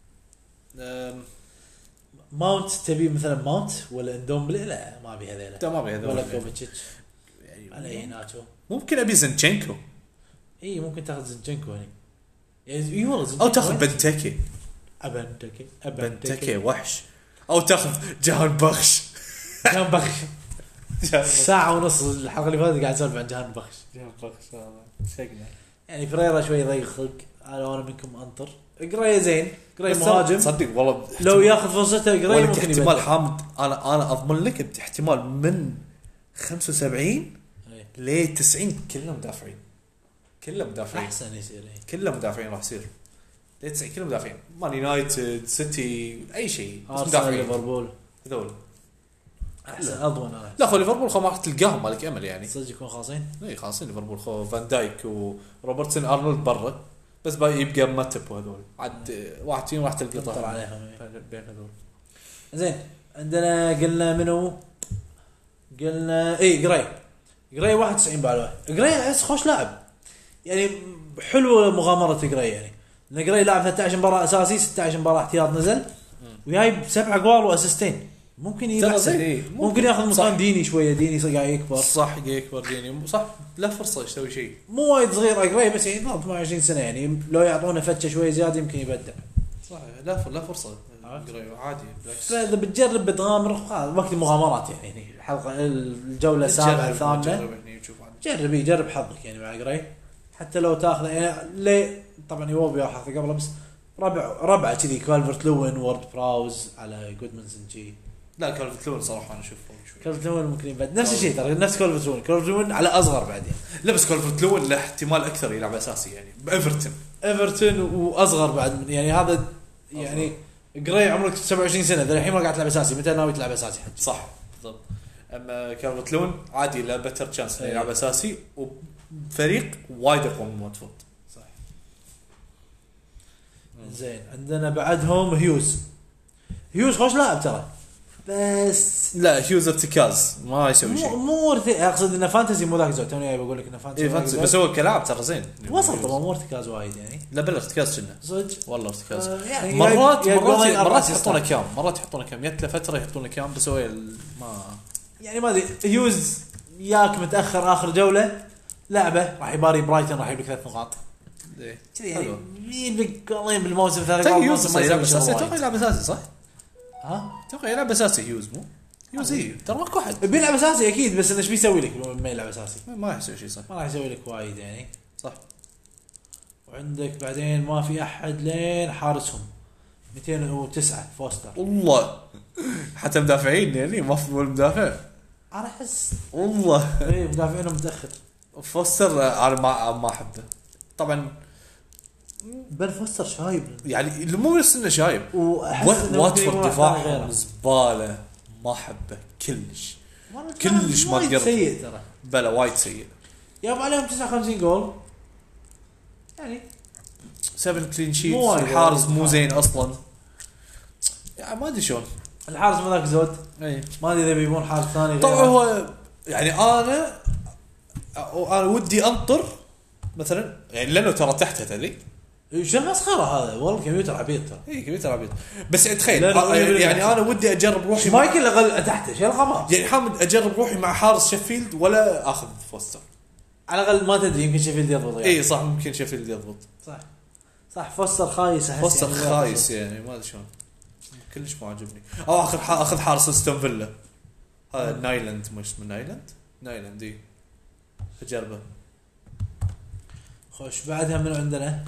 [SPEAKER 1] ماونت تبي مثلا ماونت ولا اندومبلي؟ لا ما ابي هذيلا.
[SPEAKER 2] لا ما ابي هذول
[SPEAKER 1] ولا كوفيتش يعني على ناتشو.
[SPEAKER 2] ممكن ابي زنشينكو.
[SPEAKER 1] اي ممكن تاخذ زنشنكو هنا يعني يورا
[SPEAKER 2] او تاخذ بنتكي.
[SPEAKER 1] ابنتكي
[SPEAKER 2] بنتكي وحش. او تاخذ جهان بخش.
[SPEAKER 1] جهان بخش ساعة ونص الحلقة اللي فاتت قاعد اسولف عن جهان بخش.
[SPEAKER 2] جهان بخش هذا شقنا
[SPEAKER 1] يعني فريرا شوي ضيق خلق. انا وانا منكم انطر. قرايه زين قرايه مهاجم
[SPEAKER 2] صدق والله.
[SPEAKER 1] لو ياخذ فرصته قرايه ممكن
[SPEAKER 2] احتمال يبدأ. حامد انا انا اضمن لك احتمال من خمسة وسبعين ل تسعين كلهم مدافعين. كلهم مدافعين
[SPEAKER 1] احسن يصير.
[SPEAKER 2] كلهم مدافعين راح يصير ل تسعين كلهم مدافعين. مان يونايتد سيتي اي شيء
[SPEAKER 1] بس مدافعين. ليفربول
[SPEAKER 2] هذول
[SPEAKER 1] احسن اضمن انا.
[SPEAKER 2] لا خو ليفربول خو ما راح تلقاهم مالك امل يعني.
[SPEAKER 1] صدق يكون خاصين.
[SPEAKER 2] اي خاصين ليفربول خو فان دايك وروبرتسون ارنولد برا بس باقي يبقى ماتب وهذول عاد واحد فيهم راح تلقى
[SPEAKER 1] طلع عليهم
[SPEAKER 2] بين هذول.
[SPEAKER 1] زين عندنا قلنا منو قلنا اي جراي جراي واحد وتسعين بعلوه. جراي احس خوش لاعب يعني حلو مغامره جراي يعني. لان جراي لاعب ثلاثة عشر مباراه اساسي ستة عشر مباراه احتياط نزل وجايب سبعة جوال واسيستين. ممكن يحسن
[SPEAKER 2] إيه.
[SPEAKER 1] ممكن, ممكن ياخذ مكان ديني شويه. ديني قاعد يكبر
[SPEAKER 2] صح قاعد يكبر ديني صح. لا فرصه يسوي شيء
[SPEAKER 1] مو وايد صغير اجراي بس يعني ثمانية وعشرين سنه يعني لو يعطونه فتشه شوي زياده يمكن يبدع.
[SPEAKER 2] صح لا لا فرصه اجراي عادي بالعكس.
[SPEAKER 1] فاذا بتجرب بتغامر وقت المغامرات يعني الحلقه الجوله السابعه الثامنه جرب جرب حظك يعني مع اجراي حتى لو تاخذ يعني ليه. طبعا يوبي راح اخذ قبله بس ربع ربعه كذي كالفرت لوين وورد براوز على جودمانسون جي.
[SPEAKER 2] لا كالفرت لوين صراحه انا اشوفه شوي.
[SPEAKER 1] كالفرت لوين ممكن يبدع نفس الشيء ترى نفس كالفرت لوين. كالفرت لوين على اصغر بعد يعني.
[SPEAKER 2] لا بس كالفرت لوين له احتمال اكثر يلعب اساسي يعني بايفرتون.
[SPEAKER 1] ايفرتون واصغر بعد يعني هذا يعني جراي عمرك سبعة وعشرين سنه ذا الحين ما قاعد تلعب اساسي. متى ناوي تلعب اساسي حد؟
[SPEAKER 2] صح بالضبط. اما كالفرت لوين عادي له بتر تشانس يلعب اساسي وفريق وايد اقوى من واتفورد.
[SPEAKER 1] صح. زين عندنا بعدهم هيوز. هيوز خوش لاعب ترى بس
[SPEAKER 2] لا هيوز ارتكاز ما يسوي شيء.
[SPEAKER 1] مو اقصد انه فانتزي مو ذاك زود. توني بقول لك انه فانتزي.
[SPEAKER 2] اي فانتزي بس هو كلاعب ترى زين
[SPEAKER 1] وصل طبعا مو ارتكاز وايد يعني.
[SPEAKER 2] لا بلا ارتكاز كنا
[SPEAKER 1] صدق
[SPEAKER 2] والله ارتكاز.
[SPEAKER 1] آه يعني
[SPEAKER 2] مرات
[SPEAKER 1] يا
[SPEAKER 2] مرات
[SPEAKER 1] يا
[SPEAKER 2] مرات يحطونه كام مرات يحطونه كام جت له فتره يحطونه كام بس هو ما
[SPEAKER 1] يعني ما ادري. هيوز ياك متاخر اخر جوله لعبه راح يباري برايتون راح يجيب لك ثلاث نقاط كذي يعني مين لك والله بالموسم الثاني
[SPEAKER 2] هيوز يلعب اساسي. توقع يلعب اساسي صح؟
[SPEAKER 1] ها
[SPEAKER 2] توقع يلعب اساسي هيوز مو هيوز هي ترى ماكو احد
[SPEAKER 1] بيلعب اساسي اكيد بس انه ايش بيسوي لك ما يلعب اساسي؟
[SPEAKER 2] ما راح يسوي شيء صح.
[SPEAKER 1] ما راح يسوي لك وايد يعني
[SPEAKER 2] صح.
[SPEAKER 1] وعندك بعدين ما في احد لين حارسهم مئتين وتسعة فوستر.
[SPEAKER 2] والله حتى مدافعين يعني ما في المدافع
[SPEAKER 1] انا احس
[SPEAKER 2] والله
[SPEAKER 1] اي مدافعينهم متاخر.
[SPEAKER 2] فوستر انا ما ما احبه طبعا.
[SPEAKER 1] بل فوستر شايب
[SPEAKER 2] يعني مو بس انه شايب واتفورد دفاعهم زباله ما احبه كلش كلش ما تقرب
[SPEAKER 1] سيء ترى
[SPEAKER 2] بلا وايد سيء.
[SPEAKER 1] جاب عليهم تسعة وخمسين جول يعني
[SPEAKER 2] سبعة كلين
[SPEAKER 1] مو
[SPEAKER 2] شيت.
[SPEAKER 1] وايد.
[SPEAKER 2] الحارس مو زين اصلا يعني ما ادري شلون.
[SPEAKER 1] الحارس ما ذاك زود
[SPEAKER 2] اي
[SPEAKER 1] ما ادري اذا بيبون حارس ثاني
[SPEAKER 2] طبعا
[SPEAKER 1] غيره.
[SPEAKER 2] هو يعني انا انا ودي انطر مثلا يعني لانه ترى تحته تدري.
[SPEAKER 1] شو المسخره هذا والله الكمبيوتر عبيط ترى
[SPEAKER 2] اي كمبيوتر عبيط بس تخيل
[SPEAKER 1] لا، لا،
[SPEAKER 2] آه،
[SPEAKER 1] لا،
[SPEAKER 2] يعني
[SPEAKER 1] لا.
[SPEAKER 2] انا ودي اجرب روحي
[SPEAKER 1] ما
[SPEAKER 2] مع
[SPEAKER 1] يمكن اقل تحته شيء الغباء
[SPEAKER 2] يعني حامد اجرب روحي مع حارس شيفيلد ولا اخذ فوستر.
[SPEAKER 1] على الاقل ما تدري يمكن شيفيلد يضبط يعني.
[SPEAKER 2] اي صح ممكن شيفيلد يضبط.
[SPEAKER 1] صح صح فوستر خايس احس
[SPEAKER 2] فوستر
[SPEAKER 1] يعني
[SPEAKER 2] خايس يعني ما ادري شلون كلش ما عجبني. او اخذ اخذ حارس استون فيلا هذا نايلاند مش اسمه نايلاند نايلاند اي اجربه.
[SPEAKER 1] خوش بعدها من عندنا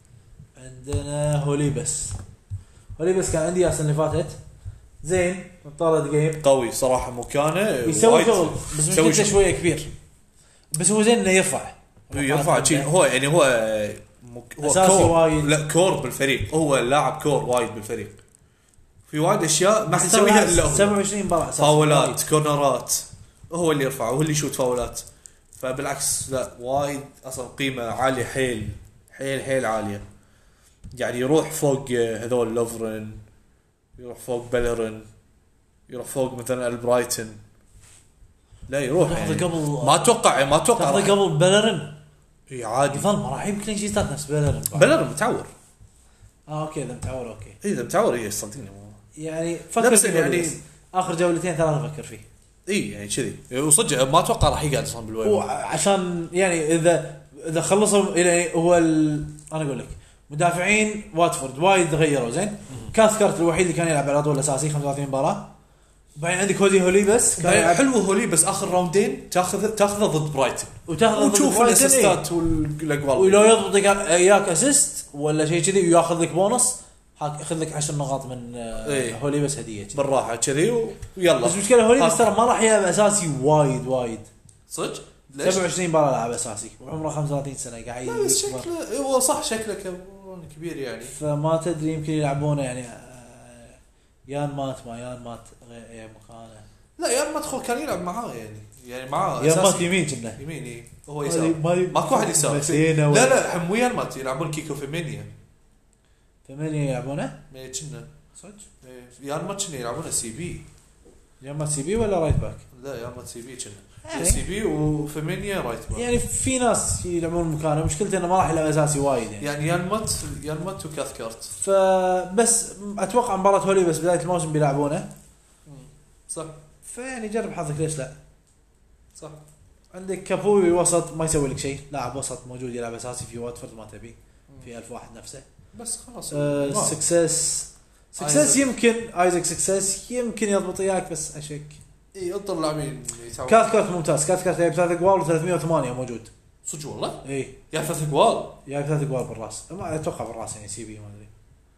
[SPEAKER 1] عندنا هوليبس. هوليبس كان عندي السنه اللي فاتت زين طرد جيم
[SPEAKER 2] قوي صراحه مكانه
[SPEAKER 1] يسوي
[SPEAKER 2] وايد-
[SPEAKER 1] شغل بس
[SPEAKER 2] يسوي
[SPEAKER 1] مشكلته
[SPEAKER 2] شغل.
[SPEAKER 1] شويه كبير بس هو زين انه يرفع
[SPEAKER 2] يرفع شيء هو يعني هو مك... هو
[SPEAKER 1] أساسي
[SPEAKER 2] كور.
[SPEAKER 1] وايد.
[SPEAKER 2] لا كور بالفريق هو لاعب كور وايد بالفريق في وايد اشياء ما
[SPEAKER 1] بس
[SPEAKER 2] حيسويها
[SPEAKER 1] ترى
[SPEAKER 2] الا هو.
[SPEAKER 1] سبعة وعشرين مباراة أساسي.
[SPEAKER 2] فاولات كورنرات هو اللي يرفع وهو اللي يشوت فاولات فبالعكس لا وايد اصلا قيمه عاليه حيل حيل حيل عاليه يعني يروح فوق هذول لوفرن يروح فوق بيلرن يروح فوق مثلا البرايتن لا يروح
[SPEAKER 1] لحظة
[SPEAKER 2] يعني
[SPEAKER 1] قبل
[SPEAKER 2] ما اتوقع ما اتوقع
[SPEAKER 1] لحظة
[SPEAKER 2] راح-
[SPEAKER 1] قبل بيلرن
[SPEAKER 2] إي عادي
[SPEAKER 1] يظل ما راح يجيب كلين شيتات نفس بيلرن
[SPEAKER 2] بيلرن متعور
[SPEAKER 1] اه اوكي اذا متعور اوكي
[SPEAKER 2] اذا متعور اي صدقني مو
[SPEAKER 1] يعني
[SPEAKER 2] لا
[SPEAKER 1] فكر
[SPEAKER 2] بس
[SPEAKER 1] فيه
[SPEAKER 2] يعني-
[SPEAKER 1] يعني اخر جولتين ثلاثة فكر فيه
[SPEAKER 2] اي يعني كذي وصدق ما اتوقع راح يقعد اصلا بالويب
[SPEAKER 1] وعشان يعني اذا اذا خلصوا الى هو ال... انا اقول لك مدافعين واتفورد وايد غيروا زين كاثكارت الوحيد اللي كان يلعب على طول الاساسي خمسة وثلاثين مباراه بعدين عندك هودي هوليبس كان يلعب
[SPEAKER 2] حلو هولي بس اخر راوندين تاخذ تاخذه ضد برايتون
[SPEAKER 1] وتاخذ ضد
[SPEAKER 2] وتشوف
[SPEAKER 1] برايتون، إيه.
[SPEAKER 2] الاسيستات والاقوال
[SPEAKER 1] ولو يضبط اياك اسيست ولا شيء كذي وياخذ لك بونص ياخذ لك عشر نقاط من آه،
[SPEAKER 2] إيه.
[SPEAKER 1] هوليبس هديه كذي.
[SPEAKER 2] بالراحه كذي ويلا
[SPEAKER 1] بس مشكله هوليبس
[SPEAKER 2] ها.
[SPEAKER 1] ترى ما راح يلعب اساسي وايد وايد
[SPEAKER 2] صدق ليش؟
[SPEAKER 1] سبعة وعشرين مباراه لعب اساسي وعمره خمسة وثلاثين سنه قاعد
[SPEAKER 2] لا بس
[SPEAKER 1] يكبر.
[SPEAKER 2] شكله هو صح شكله كم- كبير يعني
[SPEAKER 1] فما تدري يمكن يلعبونه يعني آه، يان مات ما يان مات غير مكانه
[SPEAKER 2] لا يا ما تدخل كان يلعب معاه يعني يعني معاه
[SPEAKER 1] يان مات
[SPEAKER 2] أساسي.
[SPEAKER 1] يمين كنا
[SPEAKER 2] يمين إيه. هو يسار
[SPEAKER 1] ما-
[SPEAKER 2] ماكو واحد يسار
[SPEAKER 1] مسينا
[SPEAKER 2] لا
[SPEAKER 1] ولا-
[SPEAKER 2] لا هم ويا مات يلعبون كيكو فيمينيا
[SPEAKER 1] ثمانية يلعبونه
[SPEAKER 2] ما كنا
[SPEAKER 1] صدق
[SPEAKER 2] إيه. يا ما كنا يلعبون سي بي
[SPEAKER 1] يان مات سي بي ولا رايت باك
[SPEAKER 2] لا يا ما سي بي كنا
[SPEAKER 1] يعني.
[SPEAKER 2] سي بي وفيمينيا رايت باك
[SPEAKER 1] يعني في ناس يلعبون مكانه مشكلته انه ما راح يلعب اساسي وايد يعني
[SPEAKER 2] يعني يان مات يان مات وكاثكارت
[SPEAKER 1] فبس اتوقع مباراه هولي بس بدايه الموسم بيلعبونه
[SPEAKER 2] صح
[SPEAKER 1] فيعني جرب حظك ليش لا.
[SPEAKER 2] صح
[SPEAKER 1] عندك كابوي وسط ما يسوي لك شيء لاعب وسط موجود يلعب اساسي في واتفورد ما تبي في ألف واحد نفسه.
[SPEAKER 2] بس خلاص
[SPEAKER 1] أه
[SPEAKER 2] واو.
[SPEAKER 1] سكسس سكسس
[SPEAKER 2] آيزاك.
[SPEAKER 1] يمكن ايزاك سكسس يمكن يضبط اياك بس اشك.
[SPEAKER 2] اي انطر لاعبين يتعاون
[SPEAKER 1] كاث ممتاز كاث كارت يلعب ثلاث اقوال وثلاثمية وثمانية موجود
[SPEAKER 2] صدق والله
[SPEAKER 1] اي
[SPEAKER 2] يا ثلاث اقوال
[SPEAKER 1] يلعب ثلاث اقوال بالراس ما اتوقع بالراس يعني سي بي ما ادري.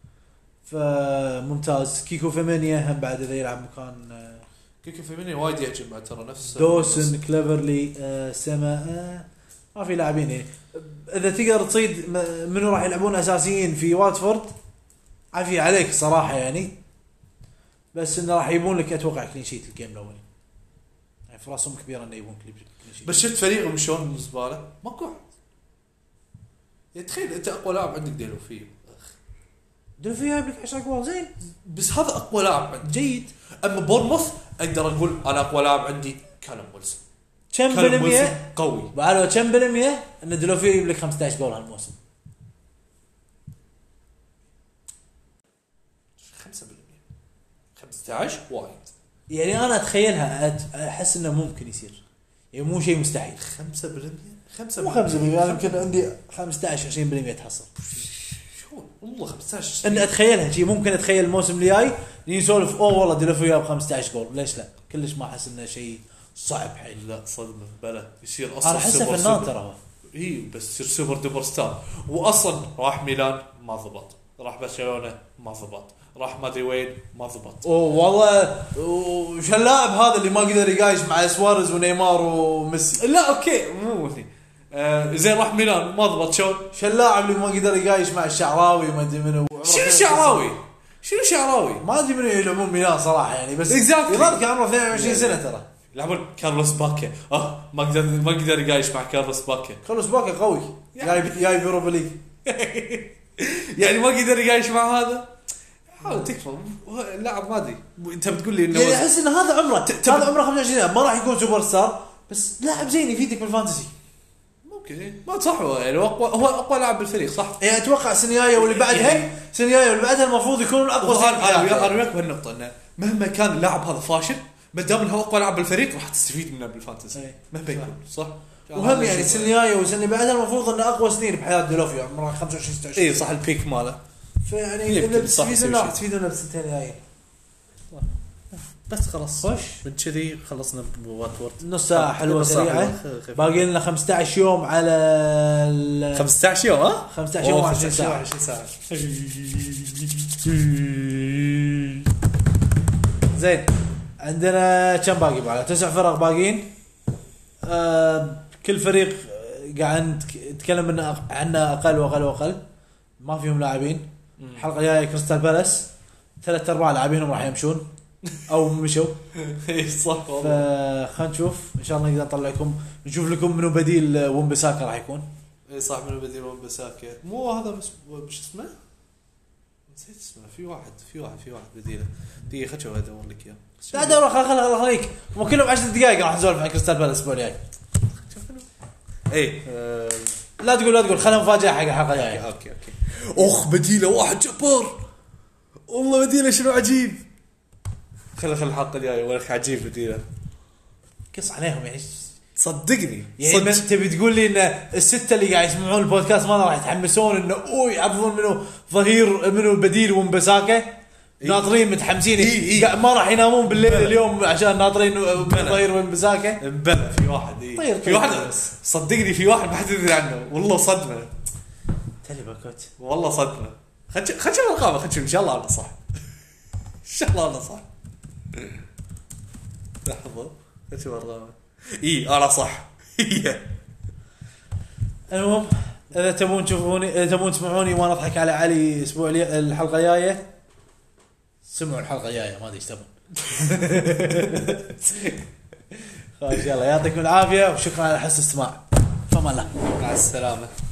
[SPEAKER 1] فممتاز كيكو فيمينيا هم بعد اذا يلعب مكان آه،
[SPEAKER 2] كيكو فيميني وايد يهجم بعد ترى نفس
[SPEAKER 1] دوسن كليفرلي آه، سما آه، ما في لاعبين يعني اذا تقدر تصيد م- منو راح يلعبون اساسيين في واتفورد عافية عليك صراحه يعني بس انه راح يبون لك اتوقع كلين شيت الجيم الاول يعني فرصهم كبيره انه يبون كلين شيت.
[SPEAKER 2] بس شفت فريقهم شلون زباله ماكو واحد يعني تخيل انت اقوى لاعب عندك ديلو فيه
[SPEAKER 1] دول فيها لك عشرة جوال زين
[SPEAKER 2] بس هذا اقوى لاعب عندي جيد اما بورموث اقدر اقول انا اقوى لاعب عندي كالم ويلسون
[SPEAKER 1] كم
[SPEAKER 2] كالم
[SPEAKER 1] بالمية
[SPEAKER 2] ويلسون قوي
[SPEAKER 1] بعد كم بالمية ان دلوفي يجيب لك خمسة عشر جول هالموسم
[SPEAKER 2] خمسة بالمية خمسة عشر وايد
[SPEAKER 1] يعني انا اتخيلها أت- احس انه ممكن يصير يعني مو شيء مستحيل
[SPEAKER 2] خمسة بالمية خمسة
[SPEAKER 1] مو خمسة بالمية يعني يمكن عندي خمسة عشر عشرين بالمية تحصل
[SPEAKER 2] شو والله خمسة عشر
[SPEAKER 1] ان اتخيلها شيء ممكن اتخيل الموسم الجاي نسولف اوه والله دلوفي جاب خمسة عشر جول ليش لا كلش ما احس انه شيء صعب حيل
[SPEAKER 2] لا صدمة بلا يصير اصلا
[SPEAKER 1] انا احسه
[SPEAKER 2] سوبر
[SPEAKER 1] فنان
[SPEAKER 2] سوبر.
[SPEAKER 1] ترى هو
[SPEAKER 2] اي بس يصير سوبر دوبر ستار واصلا راح ميلان ما ضبط راح برشلونة ما ضبط راح ما ادري وين ما ضبط
[SPEAKER 1] اوه والله وش اللاعب هذا اللي ما قدر يقايش مع سواريز ونيمار وميسي
[SPEAKER 2] لا اوكي مو هني آه زين راح ميلان ما ضبط شلون
[SPEAKER 1] شو اللاعب اللي ما قدر يقايش مع الشعراوي وما ادري منو
[SPEAKER 2] شنو شعراوي شنو شعراوي
[SPEAKER 1] ما ادري منو يلعبون ميلان صراحه يعني بس
[SPEAKER 2] Exactly.
[SPEAKER 1] يظل كان عمره اثنين وعشرين سنه ترى
[SPEAKER 2] يلعبون كارلوس باكا اه ما قدر ما قدر يقايش مع كارلوس باكا
[SPEAKER 1] خلص باكا قوي جايب جايب يوروبا ليج
[SPEAKER 2] يعني ما قدر يقايش مع هذا. حاول تكفى لاعب ما ادري انت بتقول لي انه
[SPEAKER 1] يعني احس ان هذا عمره هذا عمره خمسة وعشرين سنة ما راح يكون سوبر ستار بس لاعب زين يفيدك بالفانتسي.
[SPEAKER 2] اوكي ما صح هو يعني اقوى هو اقوى لاعب بالفريق صح.
[SPEAKER 1] يعني اتوقع سنيايا واللي بعدها سنيايا واللي بعدها المفروض يكونون اقوى.
[SPEAKER 2] انا انا وياك بهالنقطه انه مهما كان اللاعب هذا فاشل ما دام انه اقوى لاعب بالفريق راح تستفيد منه بالفانتسي مهما يكون صح.
[SPEAKER 1] وهم يعني سنيايا والسنه بعدها المفروض انه اقوى سنين بحياه ديلوفيو عمره خمسة وعشرين ستة وعشرين.
[SPEAKER 2] اي صح البيك ماله.
[SPEAKER 1] فيعني اذا تستفيدون تستفيدون بالسنتين الجايين
[SPEAKER 2] بس خلاص
[SPEAKER 1] خوش
[SPEAKER 2] من كذي خلصنا بواتورد
[SPEAKER 1] نص ساعه حلوه سريعه. باقي لنا خمسة عشر يوم على ال
[SPEAKER 2] خمسة عشر يوم ها
[SPEAKER 1] خمسة عشر يوم عشرين ساعه
[SPEAKER 2] عشرين ساعه.
[SPEAKER 1] زين عندنا كم باقي على تسع فرق باقيين. آه كل فريق قاعد نتكلم عنه اقل واقل واقل ما فيهم لاعبين. الحلقه الجايه كريستال بالاس ثلاث ارباع لاعبينهم راح يمشون او مشوا.
[SPEAKER 2] اي صح والله.
[SPEAKER 1] فخلينا نشوف ان شاء الله نقدر نطلع لكم نشوف لكم منو بديل ومبساكا راح يكون.
[SPEAKER 2] اي صح منو بديل ومبساكا مو هذا بس وش اسمه نسيت اسمه. في واحد في واحد في واحد بديله دقيقه خليني اشوف ادور لك اياه.
[SPEAKER 1] لا دور خل خل خليك مو كلهم عشر دقائق راح نسولف عن كريستال بالاس الاسبوع الجاي.
[SPEAKER 2] اي
[SPEAKER 1] أه لا تقول لا تقول خلينا مفاجاه حق الحلقه الجايه.
[SPEAKER 2] اوكي اوكي اخ بديله واحد جبار والله بديله شنو عجيب. خلي خلي الحلقه الجايه ولا عجيب بديله
[SPEAKER 1] قص عليهم يعني
[SPEAKER 2] صدقني
[SPEAKER 1] يعني صدق. تبي تقول لي ان السته اللي قاعد يسمعون البودكاست ما راح يتحمسون انه اوه يعرفون منو ظهير منو البديل ومبساكا. إيه؟ ناطرين متحمسين
[SPEAKER 2] إيه إيه؟
[SPEAKER 1] ما راح ينامون بالليل بلا. اليوم عشان ناطرين ظهير ومبساكا.
[SPEAKER 2] بلا في واحد إيه؟
[SPEAKER 1] طير
[SPEAKER 2] في واحد صدقني في واحد ما حد يدري عنه والله صدمه
[SPEAKER 1] تلي باكوت
[SPEAKER 2] والله صدمه. خل خل شوف الرقابه خل شوف ان شاء الله انا صح ان شاء الله انا صح. لحظه خل شوف الرقابه اي انا صح.
[SPEAKER 1] المهم اذا تبون تشوفوني اذا تبون تسمعوني وانا اضحك على علي اسبوع الحلقه الجايه سمعوا الحلقه الجايه ما ادري ايش تبون. خلاص يلا يعطيكم العافيه وشكرا على حسن الاستماع. فما الله
[SPEAKER 2] مع السلامه.